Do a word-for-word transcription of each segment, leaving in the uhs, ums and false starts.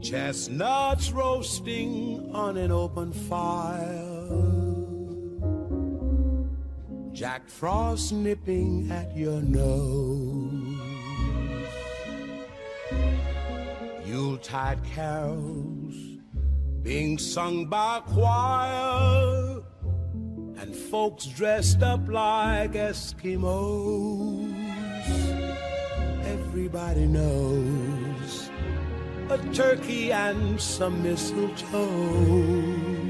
Chestnuts roasting on an open fire, Jack Frost nipping at your nose, Yuletide carols being sung by a choir, and folks dressed up like Eskimos. Everybody knows a turkey and some mistletoe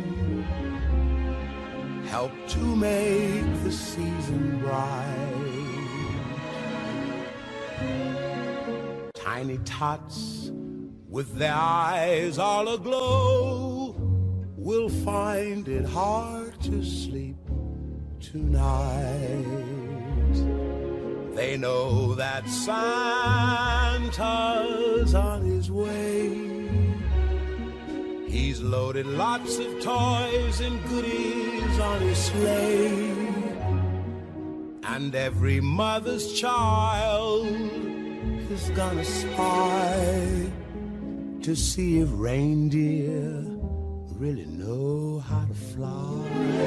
help to make the season bright. Tiny tots with their eyes all aglow will find it hard to sleep tonight. They know that Santa's on his way. He's loaded lots of toys and goodies on his sleigh, and every mother's child is gonna spy to see if reindeer really know how to fly.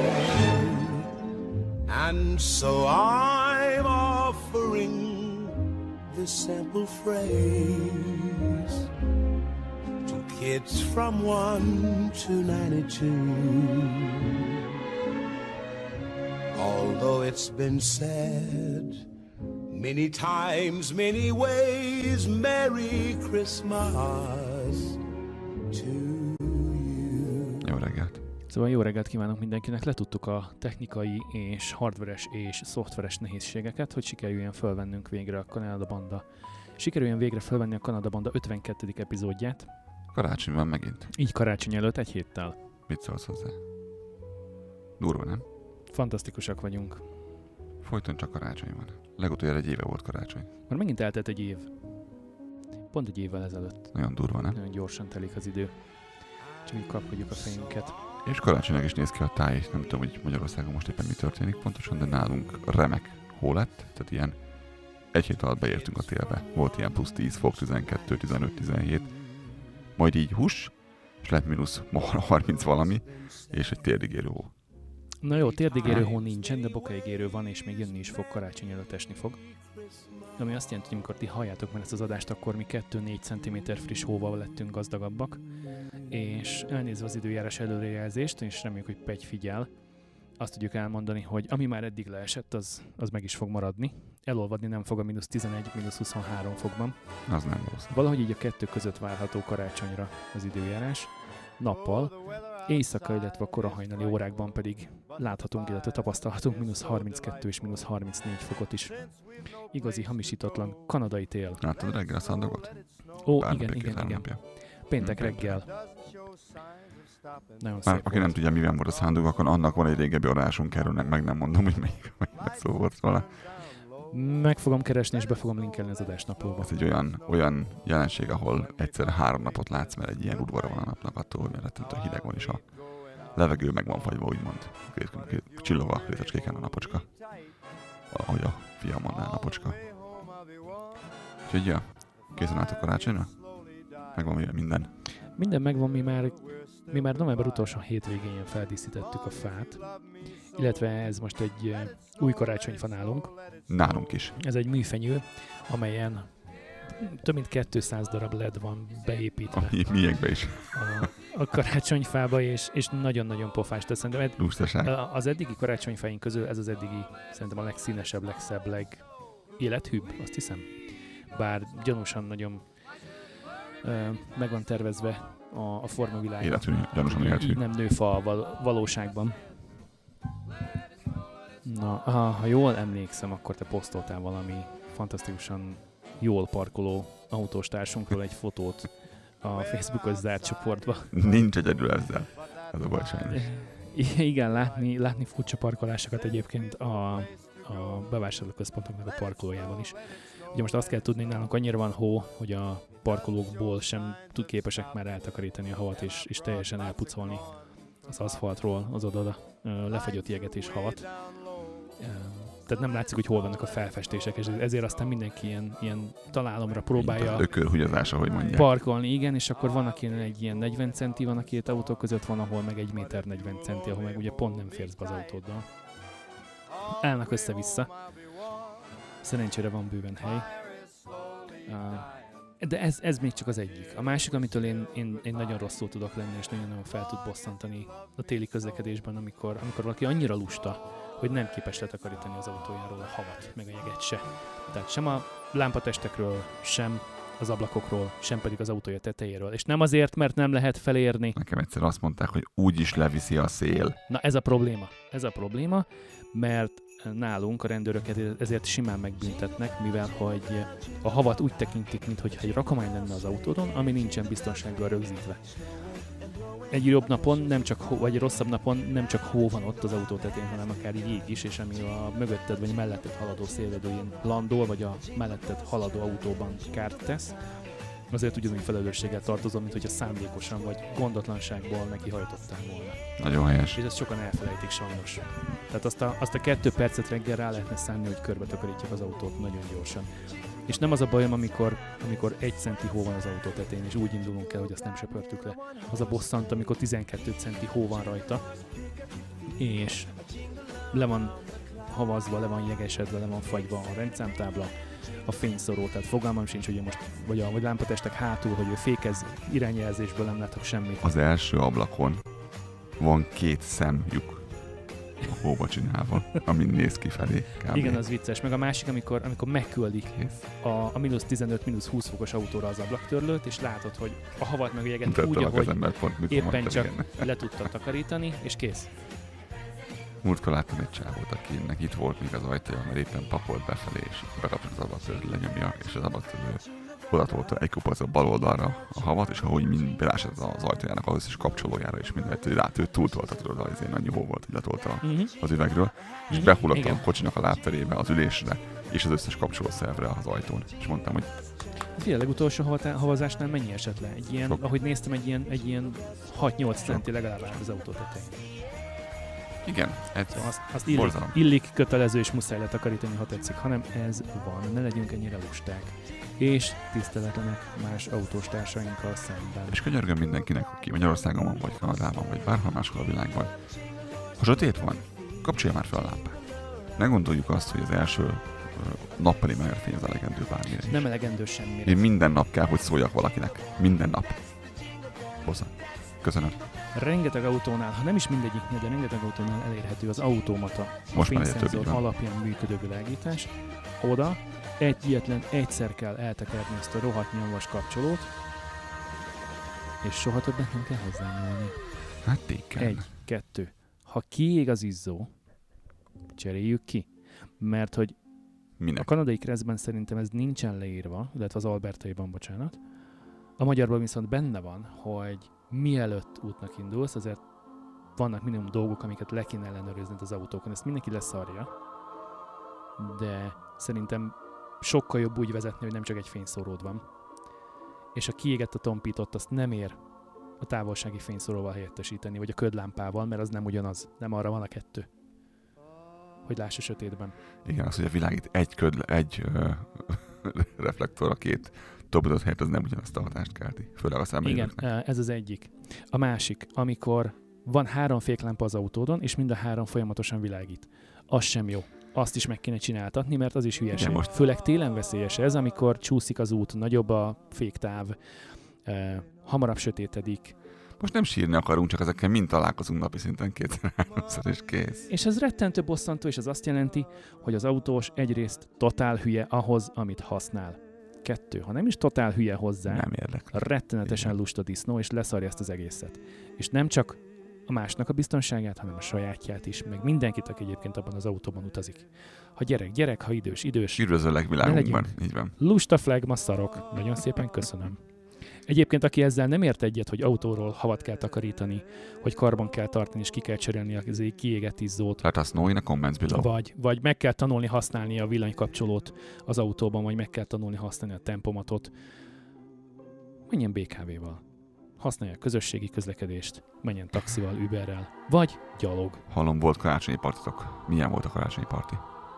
And so I'm offering this simple phrase to kids from one to ninety-two. Although it's been said many times, many ways, Merry Christmas to you. Jó reggelt! Szóval jó reggelt kívánok mindenkinek, letudtuk a technikai és hardveres és szoftveres nehézségeket, hogy sikerüljön fölvennünk végre a Kanada Banda. Sikerüljön végre fölvenni a Kanada Banda ötvenkettedik epizódját. Karácsony van megint. Így karácsony előtt egy héttel. Mit szólsz hozzá? Durva, nem? Fantasztikusak vagyunk. Folyton csak karácsony van. Legutóbb egy éve volt karácsony. Már megint eltelt egy év. Pont egy évvel ezelőtt. Nagyon durva, nem? Nagyon gyorsan telik az idő. Csak így kapkodjuk a fejünket. És karácsonynak is néz ki a táj. Nem tudom, hogy Magyarországon most éppen mi történik pontosan, de nálunk remek hó lett. Tehát ilyen egy hét alatt beértünk a télbe. Volt ilyen plusz tíz fok, tizenkettő, tizenöt, tizenhét. Majd így hús, és lett mínusz harminc valami, és egy térdigérő hó. Na jó, térdigérő hó nincsen, de bokaigérő van, és még jönni is fog, karácsony előtt esni fog. Ami azt jelenti, hogy amikor ti halljátok meg ezt az adást, akkor mi kettő-négy centiméter friss hóval lettünk gazdagabbak, és elnézve az időjárás előrejelzést, és reméljük, hogy Pegy figyel, azt tudjuk elmondani, hogy ami már eddig leesett, az, az meg is fog maradni. Elolvadni nem fog a mínusz tizenegy, mínusz huszonhárom fokban. Az nem valószínű. Valahogy így a kettő között várható karácsonyra az időjárás. Nappal, éjszaka, illetve a korahajnali órákban pedig láthatunk, illetve tapasztalhatunk mínusz harminckettő és mínusz harmincnégy fokot is. Igazi, hamisítatlan kanadai tél. Láttad reggel a szandogot? Ó, Bár igen, igen, igen. napja. Péntek reggel. Nagyon Már szép aki nem tudja, miben volt a szándok, akkor annak van egy régebbi adásunk, erről nem, meg nem mondom, hogy melyik, melyik szó volt róla. Meg fogom keresni, és be fogom linkelni az adásnaplóba. Ez egy olyan, olyan jelenség, ahol egyszer három napot látsz, mert egy ilyen udvara van a napnak attól, hogy rettentő hideg van, és a levegő meg van fagyva, úgymond. Csillog a részecskéken a napocska. Ahogy a fiam mondná, napocska. Úgyhogy ja, készen álltok karácsonyra? Megvan minden? Minden megvan, mi már, mi már november utolsó hétvégén feldíszítettük a fát, illetve ez most egy uh, új karácsonyfa nálunk. Nálunk is. Ez egy műfenyő, amelyen több mint kétszáz darab led van beépítve. A miénkbe is. A, a karácsonyfába, és, és nagyon-nagyon pofás. Tehát szerintem ed, Lustaság. az eddigi karácsonyfáink közül ez az eddigi, szerintem a legszínesebb, legszebb, legélethűbb, azt hiszem. Bár gyanúsan nagyon uh, meg van tervezve a, a formavilág. Életű, gyanúsan életű. Így nem nő fa a val- valóságban. Na, ha, ha jól emlékszem, akkor te posztoltál valami fantasztikusan jól parkoló autós társunkról egy fotót a Facebookos zárt csoportba. Nincs egyedül ezzel. Ez a baj sajnos. Igen, látni, látni furcsa parkolásokat egyébként a, a bevásárlóközpontoknak a parkolójában is. Ugye most azt kell tudni, hogy nálunk annyira van hó, hogy a parkolókból sem tud képesek már eltakarítani a havat, és, és teljesen elpucolni az aszfaltról az oda lefagyott jeget és havat. Tehát nem látszik, hogy hol vannak a felfestések, és ezért aztán mindenki ilyen, ilyen találomra próbálja ökörhúgyazás, ahogy mondják. Parkolni, igen, és akkor van, aki egy ilyen negyven centi van a két autó között, van, ahol meg egy méter negyven centi, ahol meg ugye pont nem férsz be az autóddal. Állnak össze-vissza. Szerencsére van bőven hely. De ez, ez még csak az egyik. A másik, amitől én, én, én nagyon rosszul tudok lenni, és nagyon-nagyon fel tud bosszantani a téli közlekedésben, amikor, amikor valaki annyira lusta, hogy nem képes letakarítani az autójáról a havat, meg a jeget se. Tehát sem a lámpatestekről, sem az ablakokról, sem pedig az autója tetejéről. És nem azért, mert nem lehet felérni. Nekem egyszer azt mondták, hogy úgyis leviszi a szél. Na ez a probléma. Ez a probléma, mert nálunk a rendőröket ezért simán megbüntetnek, mivel hogy a havat úgy tekintik, mintha egy rakomány lenne az autódon, ami nincsen biztonsággal rögzítve. Egy jobb napon, nem csak hó, vagy rosszabb napon nem csak hó van ott az autó tetején, hanem akár jég is, és ami a mögötted vagy melletted haladó szélvedőjén landol, vagy a melletted haladó autóban kárt tesz, azért ugyanúgy felelősséggel tartozom, mint hogyha szándékosan vagy gondatlanságból nekihajtottál volna. Nagyon helyes. És ezt sokan elfelejtik sajnos. Tehát azt a, azt a kettő percet reggel rá lehetne szánni, hogy körbe takarítják az autót nagyon gyorsan. És nem az a bajom, amikor, amikor egy centi hó van az autó tetején, és úgy indulunk el, hogy azt nem söpörtük le. Az a bosszant, amikor tizenkét centi hó van rajta, és le van havazva, le van jegesedve, le van fagyva a rendszámtábla, a fényszoró, tehát fogalmam sincs, hogy most, vagy a vagy lámpatestek hátul, hogy ő fékez irányjelzésből, nem látok semmit. Az első ablakon van két szemlyuk a hóba csinálva, amin néz kifelé. Kb. Igen, az vicces. Meg a másik, amikor, amikor megküldik a, a mínusz tizenöt mínusz húsz fokos autóra az ablaktörlőt, és látod, hogy a havat meg a jeget úgy, ahogy éppen csak igen. le tudta takarítani, és kész. Múltkor láttam egy csávót, akinek itt volt még az ajtaja, mert éppen pakolt befelé, és bekapcsolt az ablaktörlőt, lenyomja, és az ablaktörlő oda tolta egy kupac a bal oldalra a havat, és ahogy mind belásett az ajtajának az összes kapcsolójára, és mindent, hogy rá, ő túltolta, tudod, azért annyi hó volt, hogy letolta uh-huh. az üvegről, és uh-huh. behullott a kocsinak a lábterébe, az ülésre, és az összes kapcsolószervre az ajtón. És mondtam, hogy... Figyelj, legutolsó havazásnál mennyi esett le? Egy ilyen, ahogy néztem, egy ilyen, egy ilyen hat-nyolc centi legalább állt az autó tetején. Igen, ez azt, azt illik, illik, kötelező és muszáj letakarítani, ha tetszik, hanem ez van, ne legyünk ennyire lusták. És tiszteletlenek más autós társainkkal szemben. És könyörgöm mindenkinek, aki Magyarországon van, vagy Kanadában, vagy bárhol máshol a világban. Ha sötét van, kapcsolja már fel a lámpát. Ne gondoljuk azt, hogy az első nappali megerfény az elegendő bármire is. Nem elegendő semmire. Én minden nap kell, hogy szóljak valakinek. Minden nap. Hozzá. Köszönöm. Rengeteg autónál, ha nem is mindegyiknél, de rengeteg autónál elérhető az automata, a fényszenzor alapján működő világítás. Oda egyetlen egyszer kell eltekerni ezt a rohadt nyomvas kapcsolót, és soha többet nem kell hozzányúlni. Hát téken. Egy, kettő. Ha kiég az izzó, cseréljük ki. Mert hogy minek? A kanadai keresztben szerintem ez nincsen leírva, illetve az albertaiban, bocsánat. A magyarban viszont benne van, hogy mielőtt útnak indulsz, azért vannak minimum dolgok, amiket le kéne ellenőrizni az autókon. Ezt mindenki leszarja, de szerintem sokkal jobb úgy vezetni, hogy nem csak egy fényszóród van. És a kiégett a tompított, azt nem ér a távolsági fényszóróval helyettesíteni, vagy a ködlámpával, mert az nem ugyanaz. Nem arra van a kettő, hogy láss a sötétben. Igen, az, hogy a világít egy köd, egy ö, reflektor a két tompított helyett, az nem ugyanazt a hatást kelti. Főleg a szemlélőknek. Igen, ez az egyik. A másik, amikor van három féklámpa az autódon, és mind a három folyamatosan világít. Az sem jó. Azt is meg kéne csináltatni, mert az is hülyeség. Most... Főleg télen veszélyes ez, amikor csúszik az út, nagyobb a féktáv, eh, hamarabb sötétedik. Most nem sírni akarunk, csak ezekkel mind találkozunk napi szinten kétszer-háromszor, és kész. És ez rettentő bosszantó, és ez azt jelenti, hogy az autós egyrészt totál hülye ahhoz, amit használ. Kettő, ha nem is totál hülye hozzá, nem érdekli. Rettenetesen igen. Lusta disznó, és leszarja ezt az egészet. És nem csak a másnak a biztonságát, hanem a sajátját is, meg mindenkit, aki egyébként abban az autóban utazik. Ha gyerek, gyerek, ha idős, idős. Üdvözöllek világunkban, így van. Lusta flagma szarok. Nagyon szépen köszönöm. Egyébként, aki ezzel nem ért egyet, hogy autóról havat kell takarítani, hogy karban kell tartani, és ki kell cserélni az kiégett izzót. Let us know in a comments below. Vagy, vagy meg kell tanulni használni a villanykapcsolót az autóban, vagy meg kell tanulni használni a tempomatot. Menjen bé ká véval. Használja a közösségi közlekedést, menjen taxival, Uberrel, vagy gyalog. Hallom, volt karácsonyi partitok. Milyen volt a karácsonyi parti?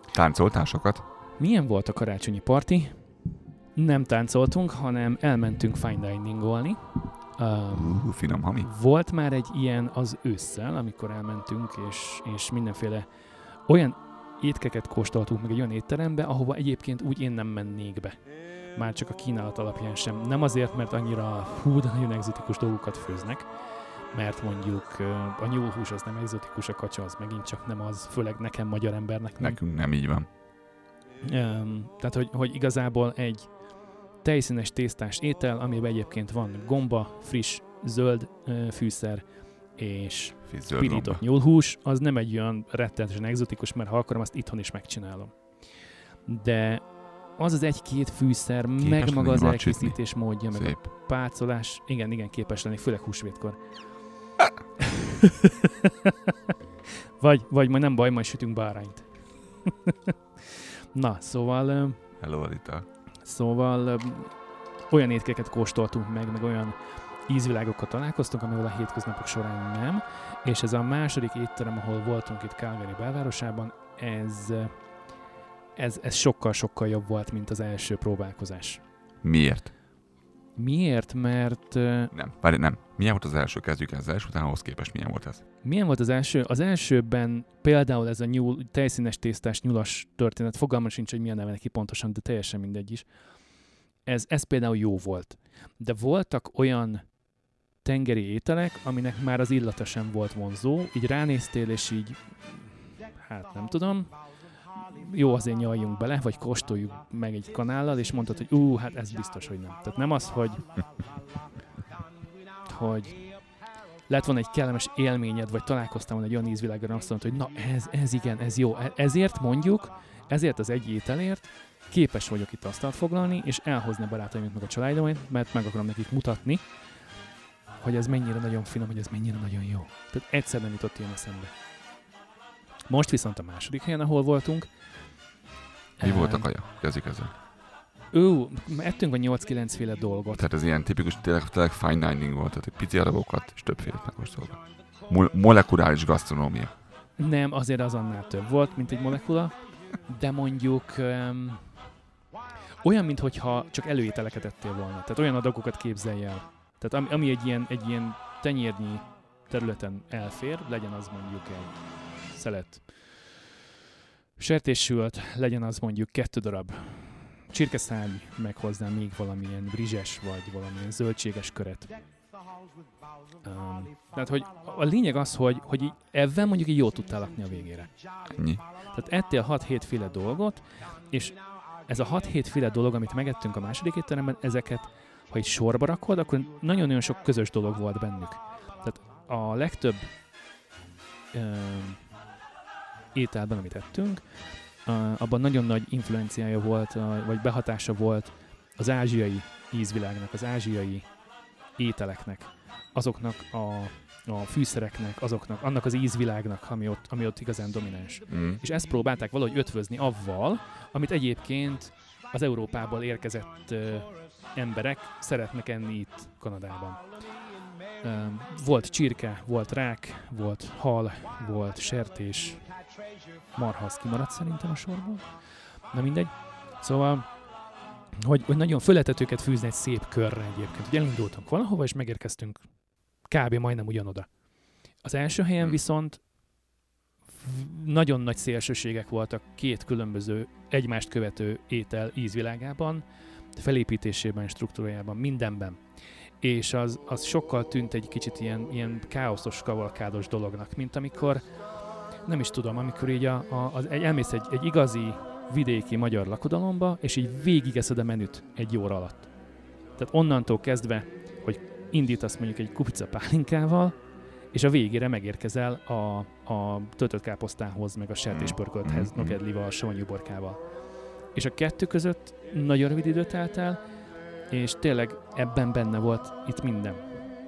Táncoltál sokat? Milyen volt a karácsonyi parti? Nem táncoltunk, hanem elmentünk fine diningolni. Um, Uh, finom hami. volt már egy ilyen az ősszel, amikor elmentünk, és, és mindenféle olyan étkeket kóstoltunk meg egy olyan étterembe, ahova egyébként úgy én nem mennék be. Már csak a kínálat alapján sem. Nem azért, mert annyira hú, de nagyon egzotikus dolgokat főznek, mert mondjuk a nyúlhús az nem egzotikus, a kacsa az megint csak nem az, főleg nekem, magyar embernek nem. Nekünk nem így van. Um, tehát, hogy, hogy igazából egy tejszínes tésztás étel, amiben egyébként van gomba, friss, zöld uh, fűszer és Zöld pirított gomba. nyúlhús, az nem egy olyan rettenetesen egzotikus, mert ha akarom, azt itthon is megcsinálom. De az az egy-két fűszer, Képes meg maga az lenni elkészítés módja, meg Szép. a pácolás, igen, igen, képes lenni, főleg húsvétkor. vagy, vagy majd nem baj, majd sütünk bárányt. Na, szóval... Hello, Alita. Szóval olyan étkeket kóstoltunk meg, meg olyan ízvilágokkal találkoztunk, amivel a hétköznapok során nem, és ez a második étterem, ahol voltunk itt Calgary belvárosában, ez, ez, ez sokkal-sokkal jobb volt, mint az első próbálkozás. Miért? Miért? Mert... Nem, várj, nem. Milyen volt az első? Kezdjük ezzel, és utána ahhoz képest milyen volt ez? Milyen volt az első? Az elsőben például ez a nyúl, tejszínes tésztás nyulas történet, fogalmam sincs, hogy milyen neve neki pontosan, de teljesen mindegy is. Ez, ez például jó volt. De voltak olyan tengeri ételek, aminek már az illata sem volt vonzó, így ránéztél, és így, hát nem tudom, jó, azért nyaljunk bele, vagy kóstoljuk meg egy kanállal, és mondtad, hogy ú, hát ez biztos, hogy nem. Tehát nem az, hogy, hogy lett volna egy kellemes élményed, vagy találkoztál volna egy olyan ízvilággal, azt mondod, hogy na ez, ez igen, ez jó. Ezért mondjuk, ezért az egy ételért képes vagyok itt asztalt foglalni, és elhozni a barátaimat meg a családaimat, mert meg akarom nekik mutatni, hogy ez mennyire nagyon finom, hogy ez mennyire nagyon jó. Tehát egyszer nem jutott ilyen eszembe. Most viszont a második helyen, ahol voltunk. Mi um, volt a kaja? Kezdjük ezzel. Ő, ettünk a nyolc-kilenc féle dolgot. Tehát ez ilyen tipikus, tényleg, tényleg fine dining volt, tehát egy pici arabokat és többféle megkóstolva. Mo- molekuláris gasztronómia. Nem, azért az annál több volt, mint egy molekula, de mondjuk um, olyan, minthogyha csak előételeket ettél volna. Tehát olyan adagokat képzelj el. Tehát ami, ami egy, ilyen, egy ilyen tenyérnyi területen elfér, legyen az mondjuk egy szelet sertéssült, legyen az mondjuk kettő darab csirkeszárny, meg hozzá még valamilyen brizses, vagy valamilyen zöldséges köret. Um, tehát, hogy a lényeg az, hogy, hogy így ebben mondjuk így jól tudtál lakni a végére. Ennyi. Tehát ettél hat-hét féle dolgot, és ez a hat-hét féle dolog, amit megettünk a második étteremben, ezeket, ha így sorba rakod, akkor nagyon-nagyon sok közös dolog volt bennük. Tehát a legtöbb um, ételben, amit ettünk, uh, abban nagyon nagy influenciája volt, uh, vagy behatása volt az ázsiai ízvilágnak, az ázsiai ételeknek, azoknak a, a fűszereknek, azoknak, annak az ízvilágnak, ami ott, ami ott igazán domináns. Mm. És ezt próbálták valahogy ötvözni avval, amit egyébként az Európából érkezett uh, emberek szeretnek enni itt Kanadában. Uh, volt csirke, volt rák, volt hal, volt sertés, marha, az kimaradt szerintem a sorból. Na mindegy. Szóval, hogy, hogy nagyon föl lehetett őket fűzni egy szép körre egyébként. Ugye elindultunk valahova, és megérkeztünk kb. Majdnem ugyanoda. Az első helyen viszont nagyon nagy szélsőségek voltak két különböző, egymást követő étel ízvilágában, felépítésében, struktúrájában, mindenben. És az, az sokkal tűnt egy kicsit ilyen, ilyen káoszos, kavalkádos dolognak, mint amikor, nem is tudom, amikor így a, a, az, egy, elmész egy, egy igazi vidéki magyar lakodalomba, és így végigeszed a menüt egy óra alatt. Tehát onnantól kezdve, hogy indítasz mondjuk egy kupica pálinkával, és a végére megérkezel a, a töltött káposztához, meg a sertéspörkölthez, Mm. nokedlival, a savanyúborkával. És a kettő között nagyon rövid időt telt el, és tényleg ebben benne volt itt minden.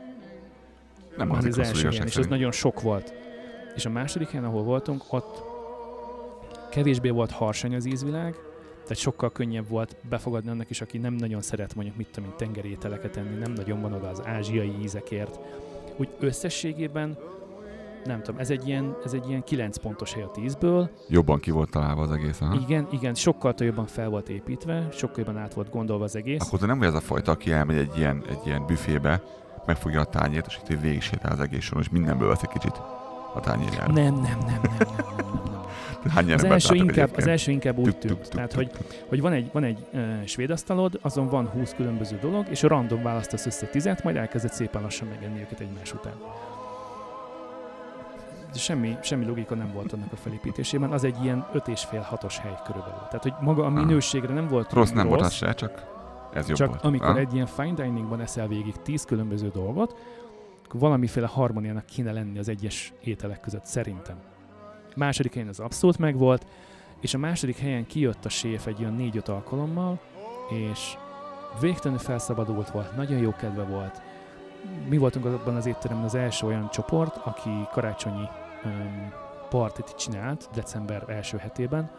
Nem az az, az az első helyen, és az szerint. nagyon sok volt. És a második helyen, ahol voltunk, ott kevésbé volt harsany az ízvilág, tehát sokkal könnyebb volt befogadni annak is, aki nem nagyon szeret mondjuk mit tudom, tengeri ételeket enni, nem nagyon van oda az ázsiai ízekért. Úgy összességében nem tudom, ez egy ilyen, ez egy ilyen kilenc pontos hely a tízből. Jobban ki volt találva az egész, aha. Igen, igen, sokkal jobban fel volt építve, sokkal jobban át volt gondolva az egész. Akkor te nem vagy az a fajta, aki elmegy egy ilyen, egy ilyen büfébe, megfogja a tányért, és itt végig sétál az egész soron, és mindenből vesz egy kicsit a tányérjára. Nem, nem, nem, nem, nem, nem, nem. Hány Az első, inkább, egyébként? az első inkább úgy Tuk, tűnt, tuk, tuk, tehát tuk, hogy, hogy van egy, van egy uh, svéd asztalod, azon van húsz különböző dolog, és random választasz össze tizet, majd elkezded szépen lassan megenni őket egymás után. Semmi, semmi logika nem volt annak a felépítésében, az egy ilyen öt és fél hatos hely körülbelül. Tehát, hogy maga a minőségre nem volt rossz, nem rossz, volt az se, csak ez jobb csak volt. amikor Ah. egy ilyen fine diningban eszel végig tíz különböző dolgot, akkor valamiféle harmóniának kéne lenni az egyes ételek között, szerintem. Második helyen az abszolút megvolt, és a második helyen kijött a séf egy olyan négy-öt alkalommal, és végtelenül felszabadult volt, nagyon jó kedve volt. Mi voltunk abban az étteremben az első olyan csoport, aki karácsonyi um, partit csinált december első hetében,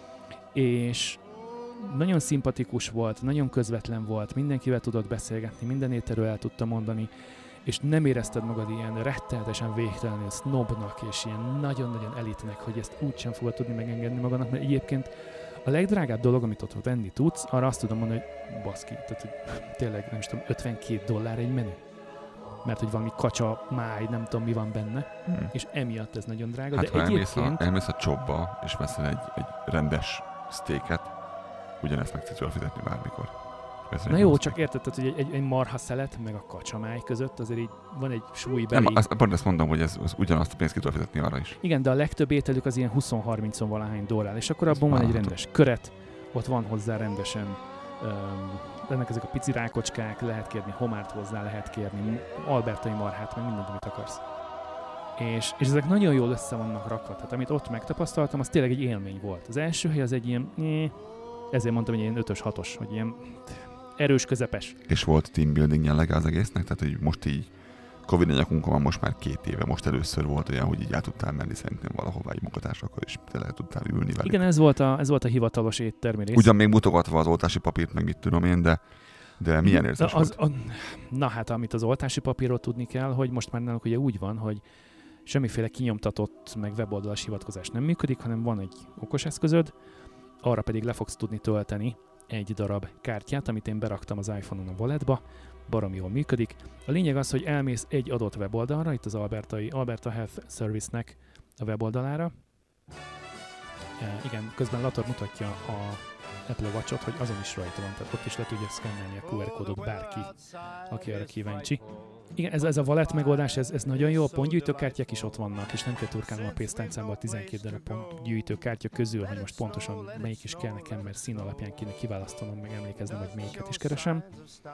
és nagyon szimpatikus volt, nagyon közvetlen volt, mindenkivel tudott beszélgetni, minden ételről el tudta mondani, és nem érezted magad ilyen rettenetesen végtelenül sznobnak, és ilyen nagyon-nagyon elitnek, hogy ezt úgysem fogod tudni megengedni magadnak, mert egyébként a legdrágább dolog, amit ott venni tudsz, arra azt tudom mondani, hogy baszki, tehát hogy tényleg nem is tudom, ötvenkét dollár egy menü. Mert hogy valami kacsa, máj, nem tudom mi van benne, hmm. és emiatt ez nagyon drága. Hát de ha egyébként... elmész a, elmész a csopba, és veszel egy, egy rendes steaket, ugyanezt meg tudsz jól fizetni bármikor. Veszel Na egy jó, steak. csak érted, tehát, hogy egy, egy marha szelet, meg a kacsamáj között azért így van egy súly Nem, belé. azt, pont ezt mondom, hogy ez, az ugyanazt a pénzt ki tudod fizetni arra is. Igen, de a legtöbb ételük az ilyen húsz-harminc valahány dollár, és akkor abban van egy rendes köret, ott van hozzá rendesen, um, ennek ezek a pici rákocskák, lehet kérni homárt hozzá, lehet kérni albertai marhát, meg mindent, amit akarsz. És, és ezek nagyon jól össze vannak rakva, tehát amit ott megtapasztaltam, az tényleg egy élmény volt. Az első hely az egy ilyen, eh, ezért mondtam, hogy ilyen ötös, hatos, hogy ilyen erős, közepes. És volt team building jellege az egésznek, tehát hogy most így Covid nyakunkon van most már két éve, most először volt olyan, hogy így el tudtál menni szerintem valahová egy munkatársakkal, és tényleg tudtál ülni velük. Igen, ez volt a, ez volt a hivatalos éttermi rész. Ugyan még mutogatva az oltási papírt, meg mit tudom én, de, de milyen érzés az, volt? A, na hát, amit az oltási papírról tudni kell, hogy most már nálunk ugye úgy van, hogy semmiféle kinyomtatott, meg weboldalas hivatkozás nem működik, hanem van egy okos eszközöd, arra pedig le fogsz tudni tölteni egy darab kártyát, amit én beraktam az iPhone-on a walletba, baromi jól működik. A lényeg az, hogy elmész egy adott weboldalra, itt az Albertai, Alberta Health Service-nek a weboldalára. E, igen, közben Lator mutatja a Apple Watch-ot, hogy azon is rajta van, tehát ott is le tudja szkennelni a kú er kódot bárki, aki arra kíváncsi. Igen, ez, ez a wallet megoldás, ez, ez nagyon jó, a pontgyűjtőkártyák is ott vannak, és nem kell turkálnom a pénztárcámba a tizenkét darab pontgyűjtőkártya közül, hogy most pontosan melyik is kell nekem, mert szín alapján kéne kiválasztanom, meg emlékeznem, hogy melyiket is keresem.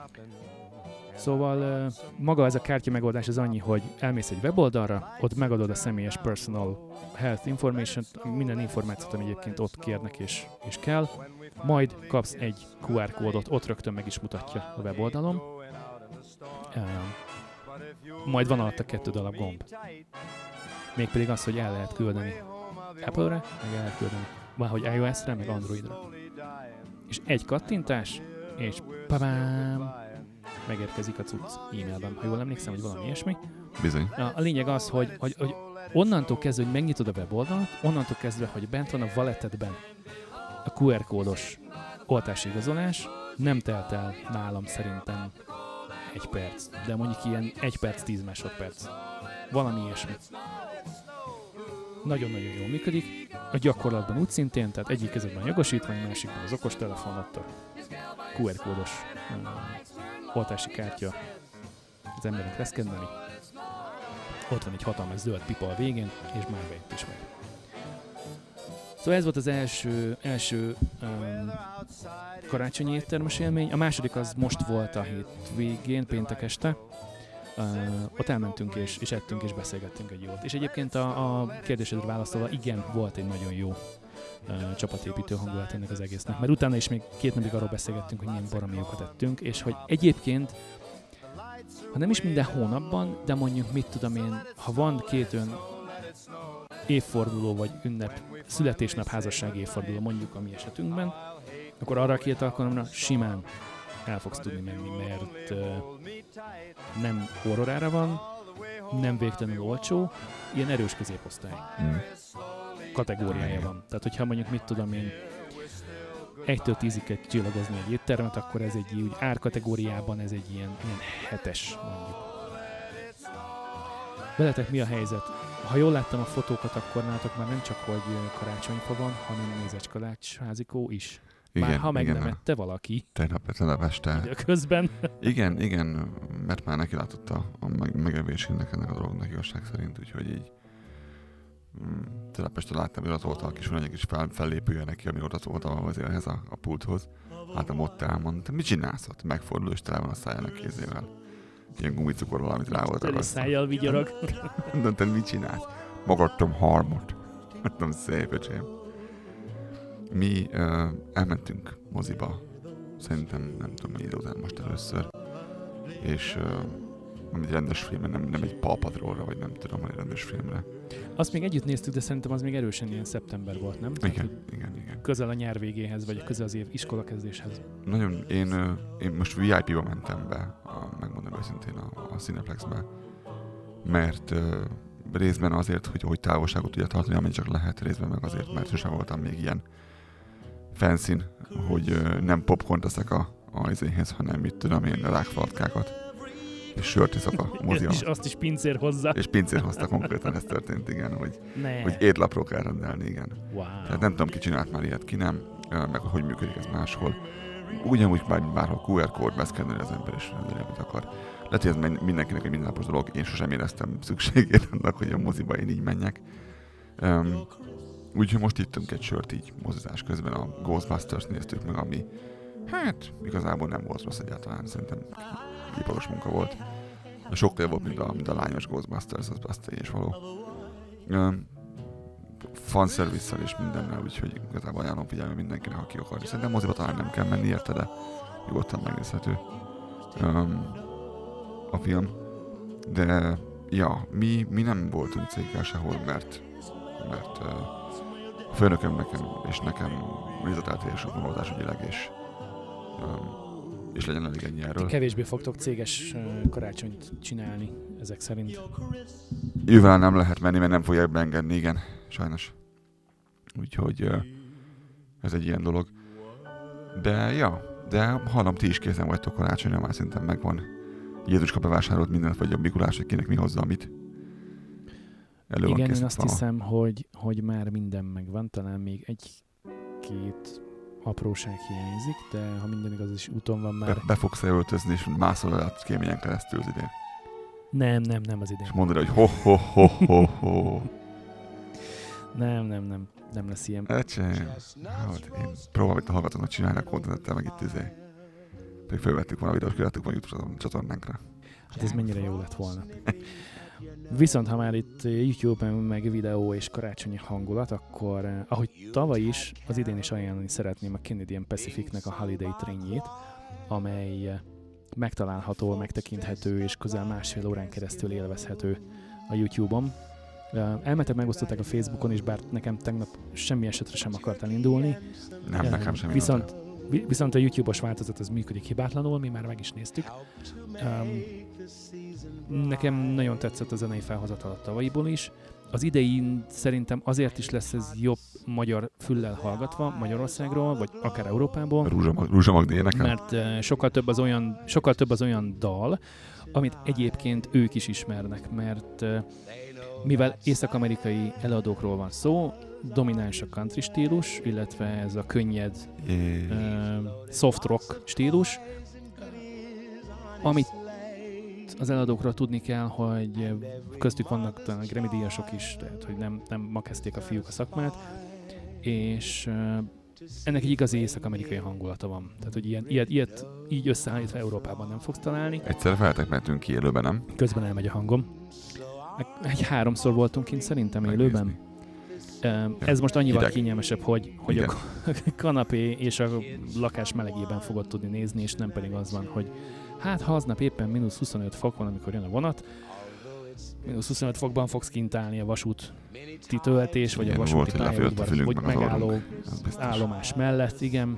Szóval maga ez a kártya megoldás az annyi, hogy elmész egy weboldalra, ott megadod a személyes personal health information, minden információt, ami egyébként ott kérnek és, és kell, majd kapsz egy kú er kódot, ott rögtön meg is mutatja a weboldalon. Um, majd van alatt a kettő darab gomb. Mégpedig az, hogy el lehet küldeni Apple-re, meg el lehet küldeni valahogy iOS-re, meg Androidra. És egy kattintás, és babám, megérkezik a cucc e-mailben. Ha jól emlékszem, hogy valami ilyesmi. Bizony. A, a lényeg az, hogy, hogy, hogy onnantól kezdve, hogy megnyitod a weboldalt, onnantól kezdve, hogy bent van a walletedben a kú er kódos oltási igazolás, nem telt el nálam szerintem egy perc, de mondjuk ilyen egy perc, tíz másodperc. Valami ilyesmi. Nagyon-nagyon jól működik. A gyakorlatban úgy szintén, tehát egyik kezedben a jogosítvány, másikban az okostelefon, ott a kú er kódos um, oltási kártya az embernek leszkenneli. Ott van egy hatalmas zöld pipa a végén, és már bejött is meg. Szóval ez volt az első, első um, karácsonyi éttermes élmény. A második az most volt a hét végén, péntek este. Uh, ott elmentünk és, és ettünk és beszélgettünk egy jót. És egyébként a, a kérdésedre válaszolva, igen, volt egy nagyon jó uh, csapatépítő hangulat ennek az egésznek. Mert utána is még két napig arról beszélgettünk, hogy milyen baromi jókat ettünk, és hogy egyébként, ha nem is minden hónapban, de mondjuk mit tudom én, ha van két olyan évforduló vagy ünnep, születésnap, házassági évforduló mondjuk a mi esetünkben, akkor arra a két alkalomra simán el fogsz tudni menni, mert uh, nem horrorára van, nem végtelenül olcsó, ilyen erős középosztály Mm. kategóriája van. Tehát, hogyha mondjuk mit tudom én egytől tízig kell csillagozni egy éttermet, akkor ez egy úgy árkategóriában ez egy ilyen, ilyen hetes mondjuk. Veletek mi a helyzet? Ha jól láttam a fotókat, akkor nálatok már nem csak, hogy karácsonyfa van, hanem mézeskalács házikó is. Igen, Már ha meg igen, nem ette valaki Tegnap, tegnap este. időközben. Igen, igen, mert már neki látott a, a meg, megevésének ennek a dolognak igazság szerint, úgyhogy így mm, tegnap este láttam, hogy ott volt a kis egy kis fel, fellépője neki, ami ott volt azért ehhez a, a pulthoz. Láttam ott elmondtam, mit csinálsz ott? Megfordul, és tele van a szájának kézével. Ilyen gumicukor valamit rá volt Teli szájjal vigyorog. Mondtam, mit csinálsz? Magadtam harmot. Mondtam, szép öcsém. Mi uh, elmentünk moziba, szerintem nem tudom mennyi idő után most először, és uh, egy rendes filmre, nem, nem egy Paw Patrolra, vagy nem tudom, egy rendes filmre. Azt még együtt néztük, de szerintem az még erősen ilyen szeptember volt, nem? Igen, Tehát, igen, igen. közel a nyár végéhez, vagy közel az év iskolakezdéshez. Nagyon, én, uh, én most vé i pé-ba mentem be, a, megmondom őszintén a, a Cineplexbe, mert uh, részben azért, hogy, hogy távolságot tudja tartani, amennyi csak lehet, részben meg azért, mert sosem voltam még ilyen fancy, hogy uh, nem popcornt teszek a, a izéhez, hanem mit tudom én, rákfalatkákat, és sört iszok a moziban. És azt is pincér hozzá. És pincér hozta konkrétan, ez történt, igen, hogy, Ne. hogy étlapról kell rendelni, igen. Wow. Tehát nem tudom, ki csinált már ilyet, ki nem, meg hogy működik ez máshol. Ugyanúgy bár, bárhol kú er kód beszkenneli az ember, és rendelni, amit akar. Lehet, hogy ez mindenkinek egy mindennapos dolog, én sosem éreztem szükségét annak, hogy a moziba én így menjek. Um, Úgyhogy most ittünk egy sört így mozizás közben, a Ghostbusters néztük meg, ami hát igazából nem volt rossz egyáltalán, szerintem iparos munka volt. Sokkal volt, mint a, mint a lányos Ghostbusters, az azt és való. Um, fanszervisszal és mindennel, úgyhogy igazából ajánlom figyelme mindenkinek, aki akar. Szerintem moziba talán nem kell menni érte, de nyugodtan megnézhető um, a film. De ja, mi, mi nem voltunk céggel sehol, mert, mert uh, a főnököm nekem és nekem nézeteltérés a vonalazásügyileg, és, um, és legyen elég ennyi erről. Kevésbé fogtok céges uh, karácsonyt csinálni, ezek szerint. Ővel nem lehet menni, mert nem fogják beengedni, igen, sajnos. Úgyhogy uh, ez egy ilyen dolog. De ja, de hallom, ti is készen vagytok karácsonyra, már szerintem megvan. Jézuska bevásárolt mindent, vagy a Mikulás, hogy kinek mi hozza mit. Elő igen, van én azt a... hiszem, hogy, hogy már minden megvan, talán még egy-két apróság hiányzik, de ha minden igaz, is úton van már. Be, be fogsz öltözni, és mászol el a kéményen keresztül az idén. Nem, nem, nem az idén. És mondod, hogy ho ho ho ho ho. Nem, nem, nem, nem lesz ilyen. Ecsém, hát én próbálom itt a hallgatóknak csinálni a kontenettel, meg itt izé. Pedig fölvettük volna a videót, kiadtuk volna YouTube csatornánkra. Hát ez mennyire jó lett volna. Viszont ha már itt YouTube-en meg videó és karácsonyi hangulat, akkor eh, ahogy tavaly is, az idén is ajánlani szeretném a Canadian Pacificnek a Holiday Trainjét, amely eh, megtalálható, megtekinthető és közel másfél órán keresztül élvezhető a YouTube-on. Uh, elmetek, megosztották a Facebookon is, bár nekem tegnap semmi esetre sem akart elindulni. Nem, uh, nekem sem. Viszont, vi, viszont a YouTube-os változat az működik hibátlanul, mi már meg is néztük. Um, nekem nagyon tetszett a zenei felhozatal a tavalyiból is. Az idei szerintem azért is lesz ez jobb magyar füllel hallgatva Magyarországról, vagy akár Európából. Rúzsa Magdi énekel. Mert uh, sokkal több az olyan, sokkal több az olyan dal, amit egyébként ők is ismernek, mert uh, mivel észak-amerikai előadókról van szó, domináns a country stílus, illetve ez a könnyed uh, soft rock stílus. Amit az előadókról tudni kell, hogy köztük vannak talán Grammy-díjasok is, tehát hogy nem, nem ma kezdték a fiúk a szakmát, és uh, ennek egy igazi észak-amerikai hangulata van. Tehát, hogy ilyen, ilyet, ilyet így összeállítva Európában nem fogsz találni. Egyszer feltek mentünk ki élőben, nem? Közben elmegy a hangom. Egy háromszor voltunk kint szerintem élőben. Uh, ez most annyival Hideg. kényelmesebb, hogy, hogy a kanapé és a lakás melegében fogod tudni nézni, és nem pedig az van, hogy hát ha aznap éppen mínusz huszonöt fok van, amikor jön a vonat, mínusz huszonöt fokban fogsz kint állni a vasúti töltés, vagy igen, a vasúti pályaudvar, vagy megálló állomás mellett, igen.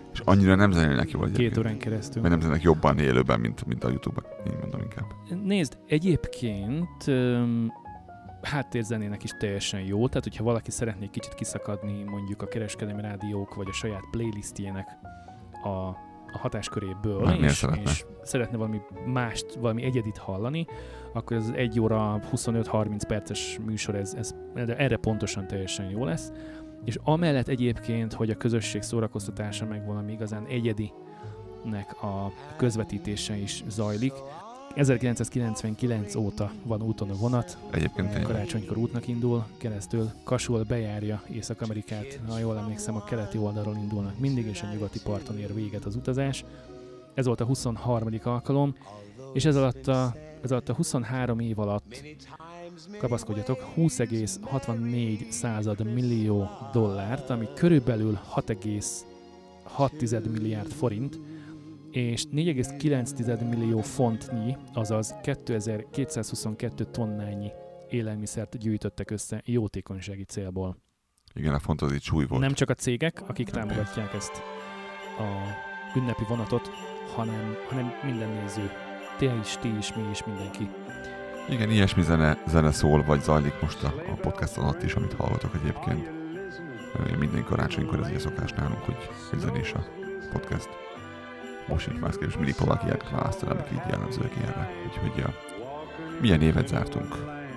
És annyira nem zenélnek jól egyébként. Két órán keresztül. Mert nem zenélnek jobban élőben, mint, mint a YouTube-ban. Így mondom inkább. Nézd, egyébként um, háttérzenének is teljesen jó, tehát hogyha valaki szeretné kicsit kiszakadni mondjuk a kereskedelmi rádiók vagy a saját playlistjének a, a hatásköréből, és szeretne? és szeretne valami mást, valami egyedit hallani, akkor ez egy óra huszonöt-harminc perces műsor, ez, ez erre pontosan teljesen jó lesz. És amellett egyébként, hogy a közösség szórakoztatása meg valami igazán egyedinek a közvetítése is zajlik. ezerkilencszázkilencvenkilenc óta van úton a vonat. Egyébként karácsonykor útnak indul, keresztül Kasul bejárja Észak-Amerikát. Ha jól emlékszem, a keleti oldalról indulnak mindig, és a nyugati parton ér véget az utazás. Ez volt a huszonharmadik alkalom, és ez alatt a, ez alatt a huszonhárom év alatt, kapaszkodjatok, húsz egész hatvannégy millió dollárt, ami körülbelül hat egész hat milliárd forint, és négy egész kilenc millió fontnyi, azaz kétezer-kétszázhuszonkettő tonnányi élelmiszert gyűjtöttek össze jótékonysági célból. Igen, a font az így súly volt. Nem csak a cégek, akik támogatják ezt a ünnepi vonatot, hanem, hanem minden néző. Te is, ti is, mi is, mindenki. Igen, ilyesmi zene, zene szól, vagy zajlik most a, a podcast alatt is, amit hallgatok egyébként. Minden karácsonykor ez így a szokás nálunk, hogy zenés a podcast. Most is másképp, és mindig próbálok ilyeneket választani, amik így jellemzőek ilyenre. Úgyhogy ja, milyen évet zártunk.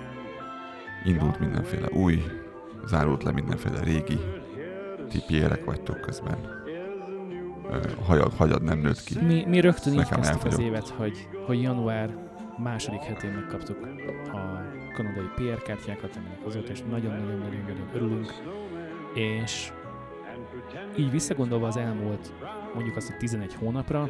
Indult mindenféle új, zárult le mindenféle régi. Ti piérek vagytok közben. Hajad, hagyad nem nőtt ki. Mi, mi rögtön így kezdtük az évet, hogy, hogy január második hetén megkaptuk a kanadai pé er kártyákat, aminek azóta is nagyon-nagyon-nagyon örülünk. És így visszagondolva az elmúlt, mondjuk azt, hogy tizenegy hónapra,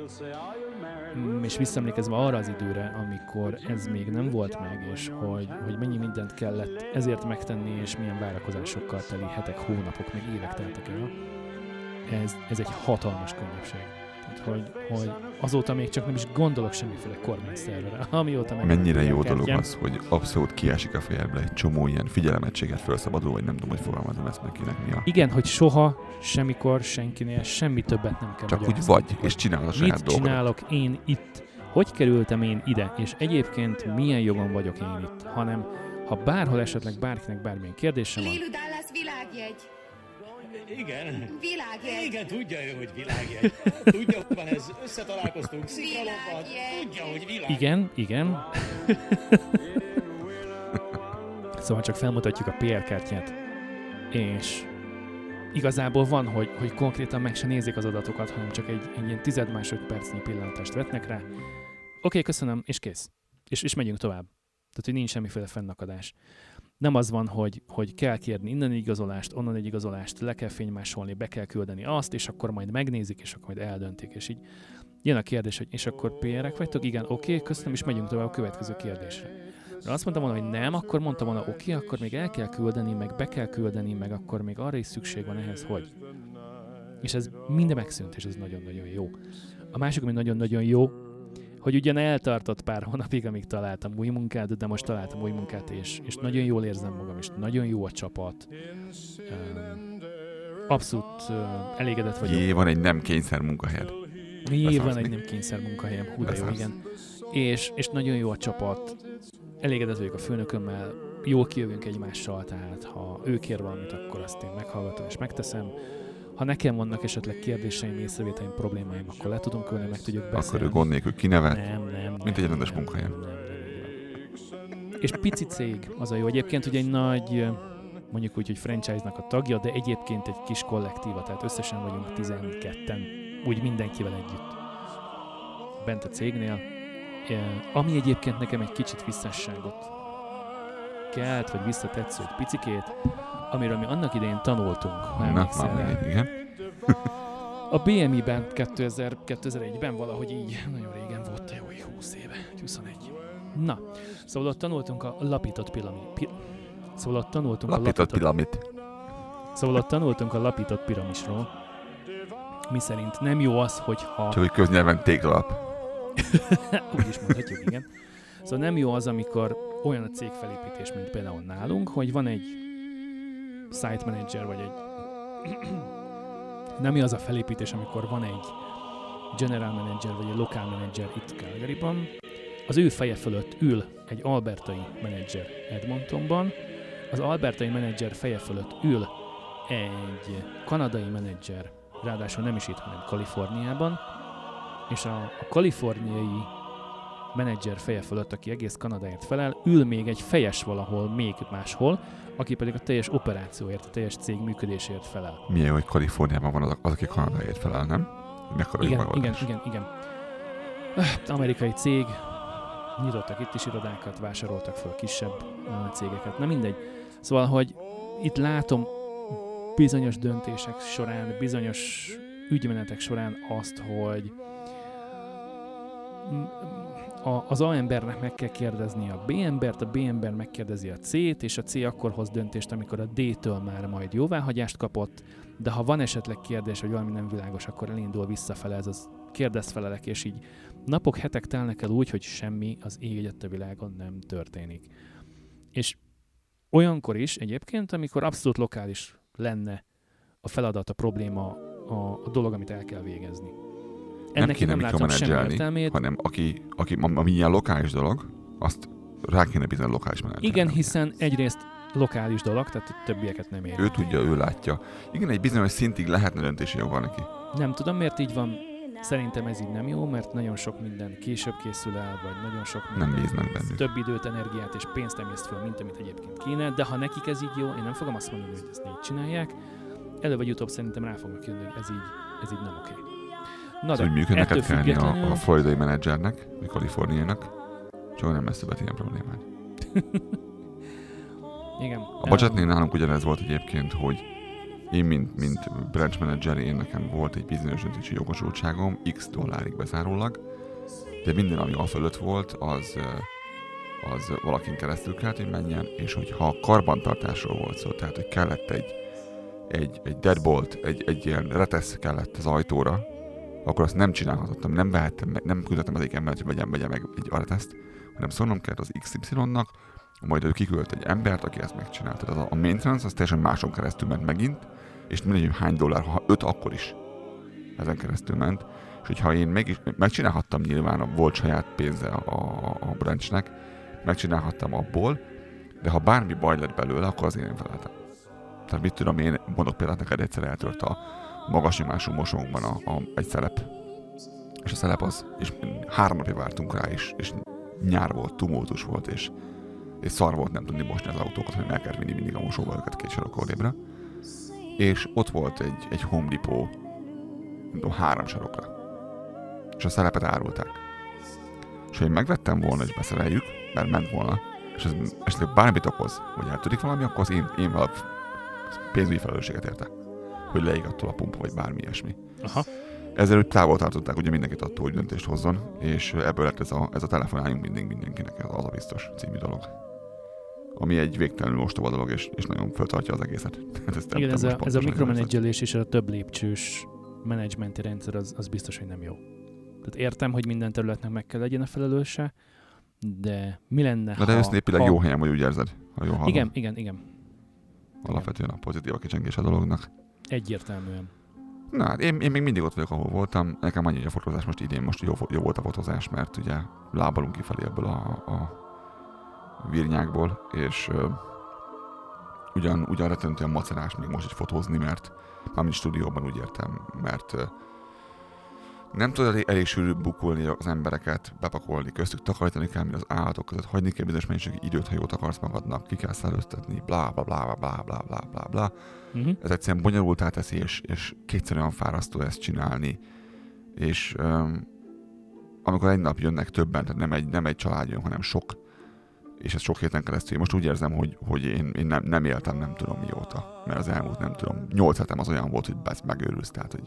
és visszaemlékezve arra az időre, amikor ez még nem volt meg, és hogy, hogy mennyi mindent kellett ezért megtenni, és milyen várakozásokkal teli hetek, hónapok, még évek teltek el, ez, ez egy hatalmas könnyebbség. Tehát, hogy, hogy azóta még csak nem is gondolok semmiféle kormányszervere, amióta meg... Mennyire jó dolog az, hogy abszolút kiesik a fejedbe egy csomó ilyen figyelemettséget felszabadul, vagy nem tudom, hogy fogalmazom ezt meg kinek mi a... Igen, hogy soha, semmikor, senkinél semmi többet nem kell csak úgy magyarázni. vagy, és csinálod a saját mit dolgodat. csinálok én itt? Hogy kerültem én ide? És egyébként milyen jogon vagyok én itt? Hanem, ha bárhol esetleg bárkinek bármilyen kérdése van... Lilu Dallas világjegy. Igen. Világjegy. Igen, tudja ő, hogy világjegy. Tudja, hogy van ez, összetalálkoztunk, szikralomban, tudja, hogy világjegy. Igen, igen. Szóval csak felmutatjuk a pé er kártyát, és igazából van, hogy, hogy konkrétan meg se nézik az adatokat, hanem csak egy, egy ilyen tized másodpercnyi pillantást vetnek rá. Oké, okay, köszönöm, és kész. És, és megyünk tovább. Tehát, hogy nincs semmiféle fennakadás. Nem az van, hogy, hogy kell kérni innen egy igazolást, onnan egy igazolást, le kell fénymásolni, be kell küldeni azt, és akkor majd megnézik, és akkor majd eldöntik. És így jön a kérdés, hogy és akkor pé erek vagytok? Igen, oké, okay, köszönöm, és megyünk tovább a következő kérdésre. De azt mondtam volna, hogy nem, akkor mondtam volna, oké, okay, akkor még el kell küldeni, meg be kell küldeni, meg akkor még arra is szükség van ehhez, hogy. És ez minden megszűnt, és ez nagyon-nagyon jó. A másik, ami nagyon-nagyon jó, hogy ugyan eltartott pár hónapig, amíg találtam új munkát, de most találtam új munkát, és, és nagyon jól érzem magam, és nagyon jó a csapat. Abszolút uh, elégedett vagyok. Jé, van egy nem kényszer munkahelyed. Jé, van egy nem kényszer munkahelyem, hú, de jó, igen. És, és nagyon jó a csapat. Elégedett vagyok a főnökömmel, jól kijövünk egymással, tehát ha ő kér valamit, akkor azt én meghallgatom és megteszem. Ha nekem vannak esetleg kérdéseim, észrevételeim, problémáim, akkor le tudunk ülni, meg tudjuk beszélni. Akkor ő gond nélkül kinevet, nem, nem, mint egy rendes nem, munkahelyen. Nem, nem, nem, és pici cég, az a jó. Egyébként ugye egy nagy, mondjuk úgy, hogy franchise-nak a tagja, de egyébként egy kis kollektíva, tehát összesen vagyunk tizenketten, úgy mindenkivel együtt. Bent a cégnél. Ami egyébként nekem egy kicsit visszásságot kelt, vagy visszatetsző egy picikét, amiről mi annak idején tanultunk, ha emlékszel rá. Igen. A bé em i-ben kétezer, kétezer-egyben valahogy így, nagyon régen volt, jó, húsz éve, huszonegy. Na, szóval ott tanultunk a lapított piramid. Pi, szóval ott tanultunk lapított a lapított piramid. Szóval ott tanultunk a lapított piramisról, mi szerint nem jó az, hogyha... Csak hogy köznyelven téglalap. Úgy is mondhatjuk, igen. Szóval nem jó az, amikor olyan a cégfelépítés, mint például nálunk, hogy van egy site manager, vagy egy Nem az a felépítés, amikor van egy general manager vagy egy lokál manager itt Calgaryban, az ő feje fölött ül egy albertai menedzser Edmontonban, az albertai menedzser feje fölött ül egy kanadai menedzser, ráadásul nem is itt, hanem Kaliforniában, és a, a kaliforniai menedzser feje fölött, aki egész Kanadáért felel, ül még egy fejes valahol, még máshol, aki pedig a teljes operációért, a teljes cég működésért felel. Milyen, hogy Kaliforniában van az, az aki Kanadáért felel, nem? Mekkora Igen, igen, igen, igen. Amerikai cég, nyitottak itt is irodákat, vásároltak föl kisebb uh, cégeket. Na mindegy. Szóval, hogy itt látom bizonyos döntések során, bizonyos ügymenetek során azt, hogy a, az A embernek meg kell kérdezni a B embert, a B ember megkérdezi a C-t, és a C akkor hoz döntést, amikor a D-től már majd jóváhagyást kapott, de ha van esetleg kérdés, hogy valami nem világos, akkor elindul visszafele ez az kérdezfelelek, és így napok, hetek telnek el úgy, hogy semmi az ég egyet a világon nem történik. És olyankor is egyébként, amikor abszolút lokális lenne a feladat, a probléma, a, a dolog, amit el kell végezni. Nem Ennek kéne nem látom semmi értelmét. hanem aki, aki ami ilyen lokális dolog, azt rá kéne bízni a lokális menedzserre. Igen, hiszen egyrészt lokális dolog, tehát a többieket nem ér. Ő tudja, ő látja. Igen, egy bizonyos szintig lehetne döntési joga neki. Nem tudom, miért így van. Szerintem ez így nem jó, mert nagyon sok minden később készül el, vagy nagyon sok minden Nem bíznak bennük. több időt, energiát és pénzt emészt föl, mint amit egyébként kéne, de ha nekik ez így jó, én nem fogom azt mondani, hogy ezt így csinálják. Előbb vagy utóbb szerintem rá fognak jönni, hogy ez így, ez így nem oké. Na Ez de, úgy működ, ettől neked kelleni függetlenül... a, a floridai menedzsernek, vagy kaliforniának, csak nem lesz többet ilyen problémád. Igen. A budgetnél nálunk ugyanez volt egyébként, hogy én, mint, mint branch manager, én nekem volt egy bizonyos döntési jogosultságom, x dollárig bezárólag, de minden, ami a fölött volt, az, az valakin keresztül kellett, hogy menjen, és hogyha karbantartásról volt szó, tehát, hogy kellett egy, egy, egy deadbolt, egy, egy ilyen retesz kellett az ajtóra, akkor azt nem csinálhatottam, nem vehettem meg, nem küldettem az egyik embert, hogy vegyem, vegyem meg egy reteszt, hanem szólnom kellett az iksz ipszilonnak, majd ő kiküldt egy embert, aki ezt megcsinálta. Tehát a maintenance az teljesen máson keresztül ment megint, és mindegy, hogy hány dollár, ha öt, akkor is ezen keresztül ment. És hogyha én meg is, megcsinálhattam nyilván, volt saját pénze a, a, a branchnek, megcsinálhattam abból, de ha bármi baj lett belőle, akkor az én feleltem. Tehát mit tudom, én mondok például neked, egyszer eltört a magas nyomású mosónkban a, a, egy szelep. És a szelep az, és három napja vártunk rá is, és nyár volt, tumultus volt, és, és szar volt nem tudni mosni az autókat, hogy el kell vinni mindig a mosóval őket két sarok odébbre. És ott volt egy, egy Home Depot, tudom, három sarokra. És a szelepet árulták. És ha én megvettem volna, és beszereljük, mert ment volna, és ez esetleg bármit okoz, hogy eltörik valami, akkor az én, én valami pénzügyi felelősséget érte. Hogy leég attól a pumpa, vagy bármi ilyesmi. Aha. Ezzel úgy távol tartották ugye mindenkit attól, hogy döntést hozzon, és ebből lett ez a, ez a telefonáljunk mindig mindenkinek, ez az a biztos című dolog. Ami egy végtelenül ostoba dolog, és, és nagyon föltartja az egészet. ez Igen, ez a, ez a mikromenedzselés és a több lépcsős menedzsmenti rendszer az, az biztos, hogy nem jó. Tehát értem, hogy minden területnek meg kell legyen a felelőse, de mi lenne, Na de ha... össznépileg ha... jó helyen, hogy úgy érzed, ha jól hallom. Igen, igen, igen. Alapvetően a pozitív a kicsengés a dolognak. Egyértelműen. Na hát én, én még mindig ott vagyok, ahol voltam. Nekem annyi, hogy a fotózás most idén most jó, jó volt a fotózás, mert ugye lábalunk kifelé ebből a, a virnyákból, és uh, ugyan, ugyan rettentően macerás még most is fotózni, mert mármint stúdióban úgy értem, mert uh, nem tudod elég, elég sűrű bukulni az embereket, bepakolni, köztük takarítani kell, mint az állatok között, hagyni kell bizonyos mennyiségű időt, ha jót akarsz magadnak, ki kell szellőztetni, blá, blá, blá, blá, blá, blá, blá, blá. Uh-huh. Ez egyszerűen bonyolultá teszi, és, és kétszer olyan fárasztó ezt csinálni. És um, amikor egy nap jönnek többen, tehát nem egy, nem egy család jön, hanem sok, és ez sok héten keresztül. Most úgy érzem, hogy, hogy én, én nem, nem éltem nem tudom mióta, mert az elmúlt nem tudom, nyolc hetem az olyan volt, hogy ezt megőrülsz, tehát hogy...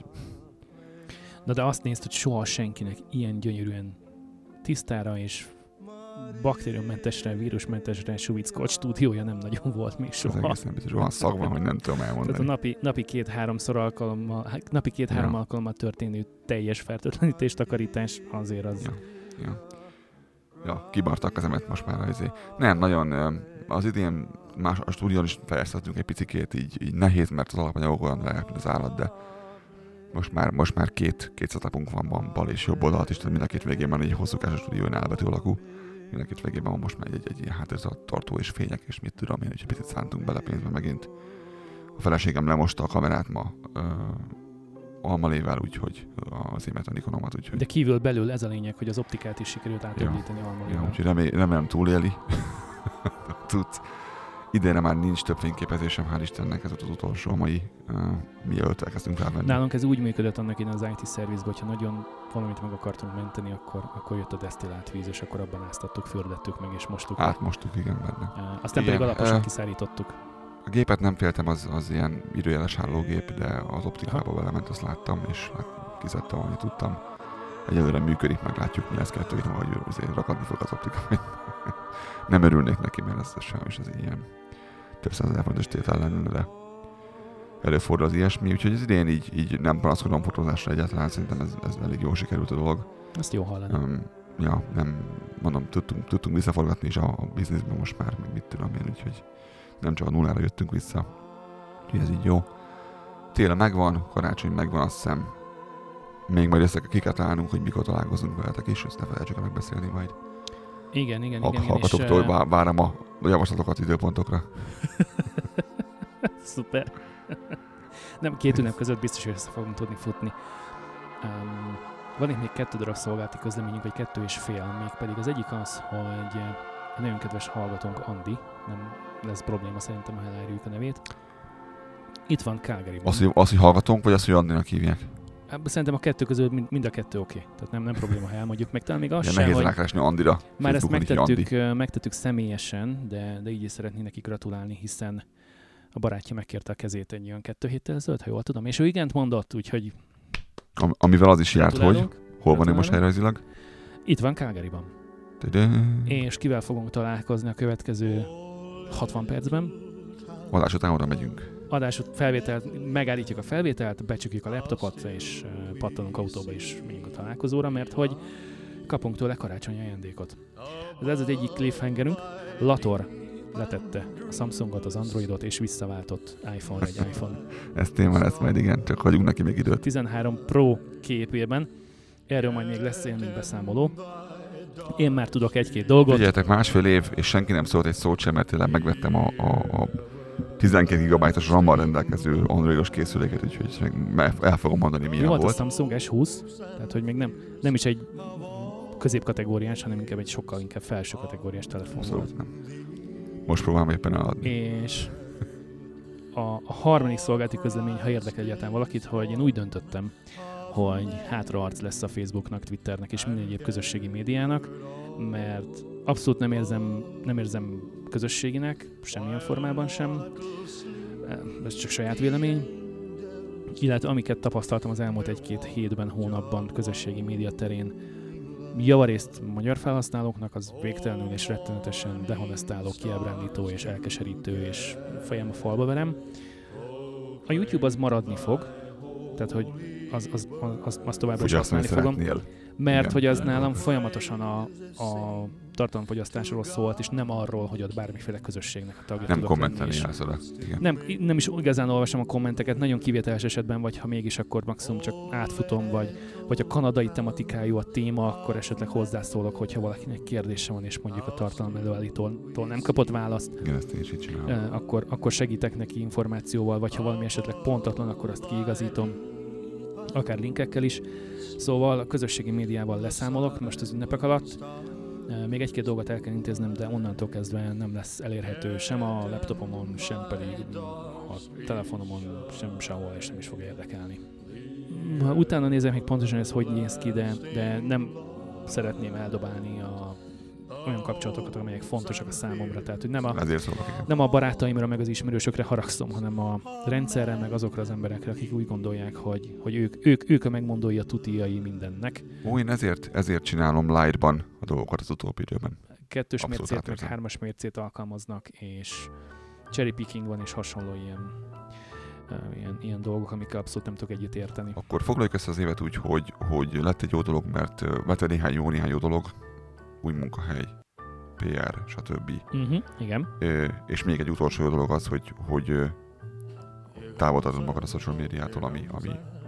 Na de azt nézd, hogy soha senkinek ilyen gyönyörűen tisztára és baktériummentesre, vírusmentesre suvickolt stúdiója nem nagyon volt még soha. Ez egészen biztos, olyan szag van, hogy nem tudom elmondani. Tehát a napi, napi két-háromszor alkalommal, napi két-három ja. alkalommal történő teljes fertőtlenítés, takarítás azért az... Ja, ja. ja kibartak kezemet most már azért. Nem, nagyon az idén más a stúdión is fejeztetünk egy picikét, így, így nehéz, mert az alapanyagok olyan drágák, mint az állat, de Most már, most már két, két setupunk van, van bal és jobb oldalt is, tehát mind a két végén van egy hosszúkás a stúdió, elbetű alakú. Mind a két végében van most már egy, egy ilyen háttértartó és fények, és mit tudom én, úgyhogy picit szántunk bele pénzbe megint. A feleségem lemosta a kamerát ma ö, almalével, úgyhogy az émet a Nikonomat, úgyhogy... De kívül belül ez a lényeg, hogy az optikát is sikerült átépíteni ja. almalével. Ja, úgyhogy remé, remélem túléli. Tudsz. Idénre már nincs több fényképezésem, hál' Istennek, ez az utolsó, a mai, uh, mielőtt elkezdtünk felvenni. Nálunk ez úgy működött annak innen az i té szervizben, hogyha nagyon valamit meg akartunk menteni, akkor, akkor jött a desztillált víz, és akkor abban áztattuk, fürdettük meg, és mostuk. Átmostuk, igen, benne. Uh, aztán igen, pedig alaposan uh, kiszárítottuk. A gépet nem féltem, az, az ilyen időjeles állógép, de az optikába belement, azt láttam, és hát kiszedtem, amit tudtam. Egyelőre működik, meg látjuk, mi lesz kettő, hogy azért rakadni fog az optika. Nem örülnék neki, mert ez sajnos ez ilyen több százezer fontos tétel lenne, de előfordul az ilyesmi, úgyhogy az idén így, így nem panaszkodom fotózásra egyáltalán, szerintem ez, ez elég jól sikerült a dolog. Ezt jó hallani. Um, ja, nem, mondom, tudtunk, tudtunk visszaforgatni is a, a bizniszben most már, meg mit tudom én, úgyhogy nem csak a nullára jöttünk vissza. Úgyhogy ez így jó. Téle megvan, karácsony megvan, azt hiszem. Még majd össze ki kell találnunk, hogy mikor találkozunk veletek is, ezt ne felejtsük el megbeszélni majd. Igen, igen, ha, igen. Hallgatóktól és, uh... várom a javaslatokat időpontokra. Szuper. Nem, két ünnep között biztos, hogy össze fogunk tudni futni. Um, van itt még kettő darab szolgálati közleményünk, vagy kettő és fél, még pedig az egyik az, hogy egy nagyon kedves hallgatónk, Andi, nem lesz probléma szerintem, ha eláruljuk a nevét. Itt van Calgaryban. Az, hogy, az, hogy hallgatónk, vagy az, hogy Andinak hívják? Szerintem a kettő közül mind, mind a kettő oké. Okay. Tehát nem, nem probléma, ha elmondjuk meg. Talán még az ja, sem, nehéz hogy rákeresni Andira. már ezt megtettük, Andi. megtettük személyesen, de, de így is szeretnék neki gratulálni, hiszen a barátja megkérte a kezét egy olyan kettő héttel ezelőtt, ha jól tudom, és ő igent mondott, úgyhogy... Am- amivel az is járt, hogy hol van ő most helyrajzilag? Itt van Calgaryban. És kivel fogunk találkozni a következő hatvan percben? Adás után oda megyünk. Adás felvételt, megállítjuk a felvételt, becsukjuk a laptopot, és uh, pattanunk autóba is megyünk a találkozóra, mert hogy kapunk tőle karácsonyi ajándékot. Ez az egyik cliffhangerünk. Lator letette a Samsungot, az Androidot, és visszaváltott iPhone-ra egy iPhone. Ez téma lesz majd, igen, csak hagyunk neki még időt. tizenhárom Pro képében. Erről majd még lesz élménybeszámoló. Én már tudok egy-két dolgot. Figyeljetek, másfél év, és senki nem szólt egy szót sem, mert tényleg megvettem a, a, a tizenkét gigabájtos RAM-mal rendelkező androidos készüléket, úgyhogy el fogom mondani, milyen Jó, volt. volt a Samsung es húsz, tehát hogy még nem, nem is egy középkategóriás, hanem inkább egy sokkal inkább felső kategóriás telefon Abszolút volt. nem. Most próbálom éppen eladni. És a, a harmadik szolgálati közlemény, ha érdekel egyáltalán valakit, hogy én úgy döntöttem, hogy hátraarc lesz a Facebooknak, Twitternek és minden egyéb közösségi médiának, mert abszolút nem érzem, nem érzem közösséginek, semmilyen formában sem. Ez csak saját vélemény. Illetve amiket tapasztaltam az elmúlt egy-két hétben, hónapban közösségi média terén, javarészt magyar felhasználóknak az végtelenül és rettenetesen dehonestáló, kiábrándító és elkeserítő, és fejem a falba verem. A YouTube az maradni fog, tehát hogy az, az, az, az továbbra is használni fogom. Mert igen, hogy az igen, nálam folyamatosan a, a tartalomfogyasztásról szólt, és nem arról, hogy ott bármiféle közösségnek a tagja nem tudok kommentelni játszol. Nem, nem is igazán olvasom a kommenteket, nagyon kivételes esetben, vagy ha mégis, akkor maximum csak átfutom, vagy, vagy a kanadai tematikájú a téma, akkor esetleg hozzászólok, hogyha valakinek kérdése van, és mondjuk a tartalom előállítótól nem kapott választ. Igen, ezt én is így csinálom. Akkor, akkor segítek neki információval, vagy ha valami esetleg pontatlan, akkor azt kiigazítom, akár linkekkel is. Szóval a közösségi médiával leszámolok most az ünnepek alatt. Még egy-két dolgot el kell intéznem, de onnantól kezdve nem lesz elérhető sem a laptopomon, sem pedig a telefonomon, sem sehol, és nem is fog érdekelni. Utána nézem még pontosan ez hogy néz ki, de, de nem szeretném eldobálni a olyan kapcsolatokat, amelyek fontosak a számomra. Tehát, hogy nem a, nem a barátaimra, meg az ismerősökre haragszom, hanem a rendszerre, meg azokra az emberekre, akik úgy gondolják, hogy, hogy ők, ők, ők a megmondói, a tutiai mindennek. Ó, én ezért, ezért csinálom light-ban a dolgokat az utóbbi időben. Kettős Abszolút mércét, meg hármas mércét alkalmaznak, és cherry picking van, és hasonló ilyen, uh, ilyen, ilyen dolgok, amikkel abszolút nem tudok együtt érteni. Akkor foglaljuk össze az évet úgy, hogy, hogy lett egy jó dolog, mert lett néhány jó, néhány jó dolog, új munkahely, pé er, stb. Uh-huh, igen. Ö, és még egy utolsó jó dolog az, hogy, hogy távol tartunk magad a social médiától, ami, ami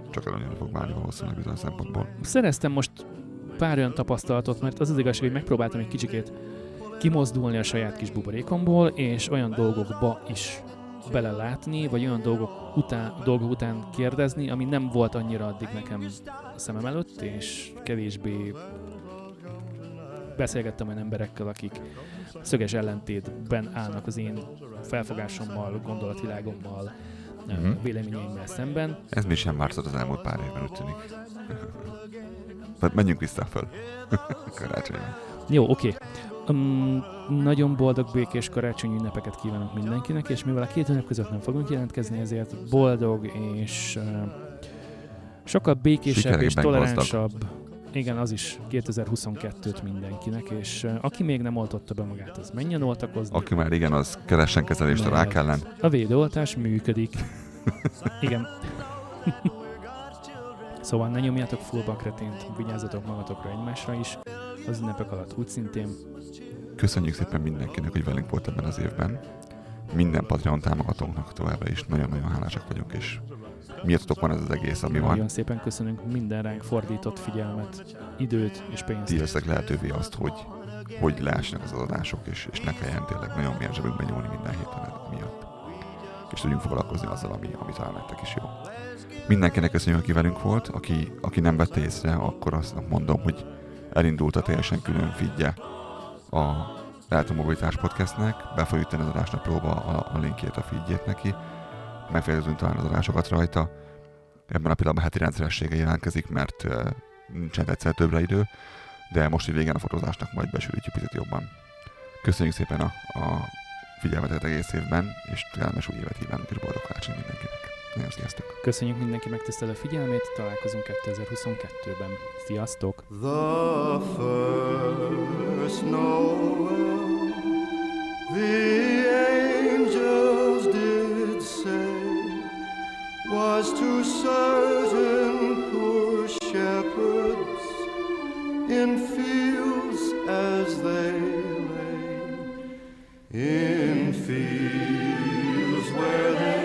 csak előnyre fog válni valószínűleg bizonyos szempontból. Szereztem most pár olyan tapasztalatot, mert az az igazság, hogy megpróbáltam egy kicsikét kimozdulni a saját kis buborékomból, és olyan dolgokba is belelátni, vagy olyan dolgok után, dolgok után kérdezni, ami nem volt annyira addig nekem a szemem előtt, és kevésbé beszélgettem olyan emberekkel, akik szöges ellentétben állnak az én felfogásommal, gondolatvilágommal, mm-hmm. véleményeimmel szemben. Ez mi sem változott az elmúlt pár évben, úgy tűnik. Menjünk vissza föl. Karácsonyban. Jó, oké. Okay. Um, nagyon boldog, békés karácsonyi ünnepeket kívánok mindenkinek, és mivel a két ünnep között nem fogunk jelentkezni, ezért boldog és uh, sokkal békésebb Sikerekben és toleránsabb, gazdag. Igen, az is kétezer-huszonkettőt mindenkinek, és uh, aki még nem oltotta be magát, az menjen oltakozni. Aki már igen, az keressen kezelést a rák ellen. A védőoltás működik. Igen. Szóval ne nyomjátok fullba a kretént, vigyázzatok magatokra, egymásra is, az ünnepek alatt úgy szintén. Köszönjük szépen mindenkinek, hogy velünk volt ebben az évben. Minden Patreon támogatónknak továbbra is nagyon-nagyon hálásak vagyunk, és miattatok van ez az egész, ami van. Nagyon szépen köszönünk minden ránk fordított figyelmet, időt és pénzt. Ti teszek lehetővé azt, hogy, hogy leesnek az adások, és, és ne kelljen tényleg nagyon milyen zsebünkben nyúlni minden héten miatt. És tudjunk foglalkozni azzal, ami, ami talán nektek is jó. Mindenkinek köszönjük, aki velünk volt, aki, aki nem vette észre, akkor azt mondom, hogy elindult a teljesen külön feedje a Elektromobilitás Podcastnek, be fogjuk tenni az adásnaplóba a, a linkjét, a feedjét neki, megfelelően találni az adásokat rajta. Ebben a pillanatban heti rendszeressége jelentkezik, mert uh, nincsen egyszer többre idő, de most így végén a fotózásnak majd besűrítjük picit jobban. Köszönjük szépen a, a figyelmeteket egész évben, és kellemes új évet kívánunk, és boldog karácsony mindenkinek. Nagyon sziasztok! Köszönjük mindenki megtisztelő figyelmét, találkozunk kétezer-huszonkettőben. Sziasztok! The first Noel, the angels did say, was to certain poor shepherds in fields as they lay, in fields where they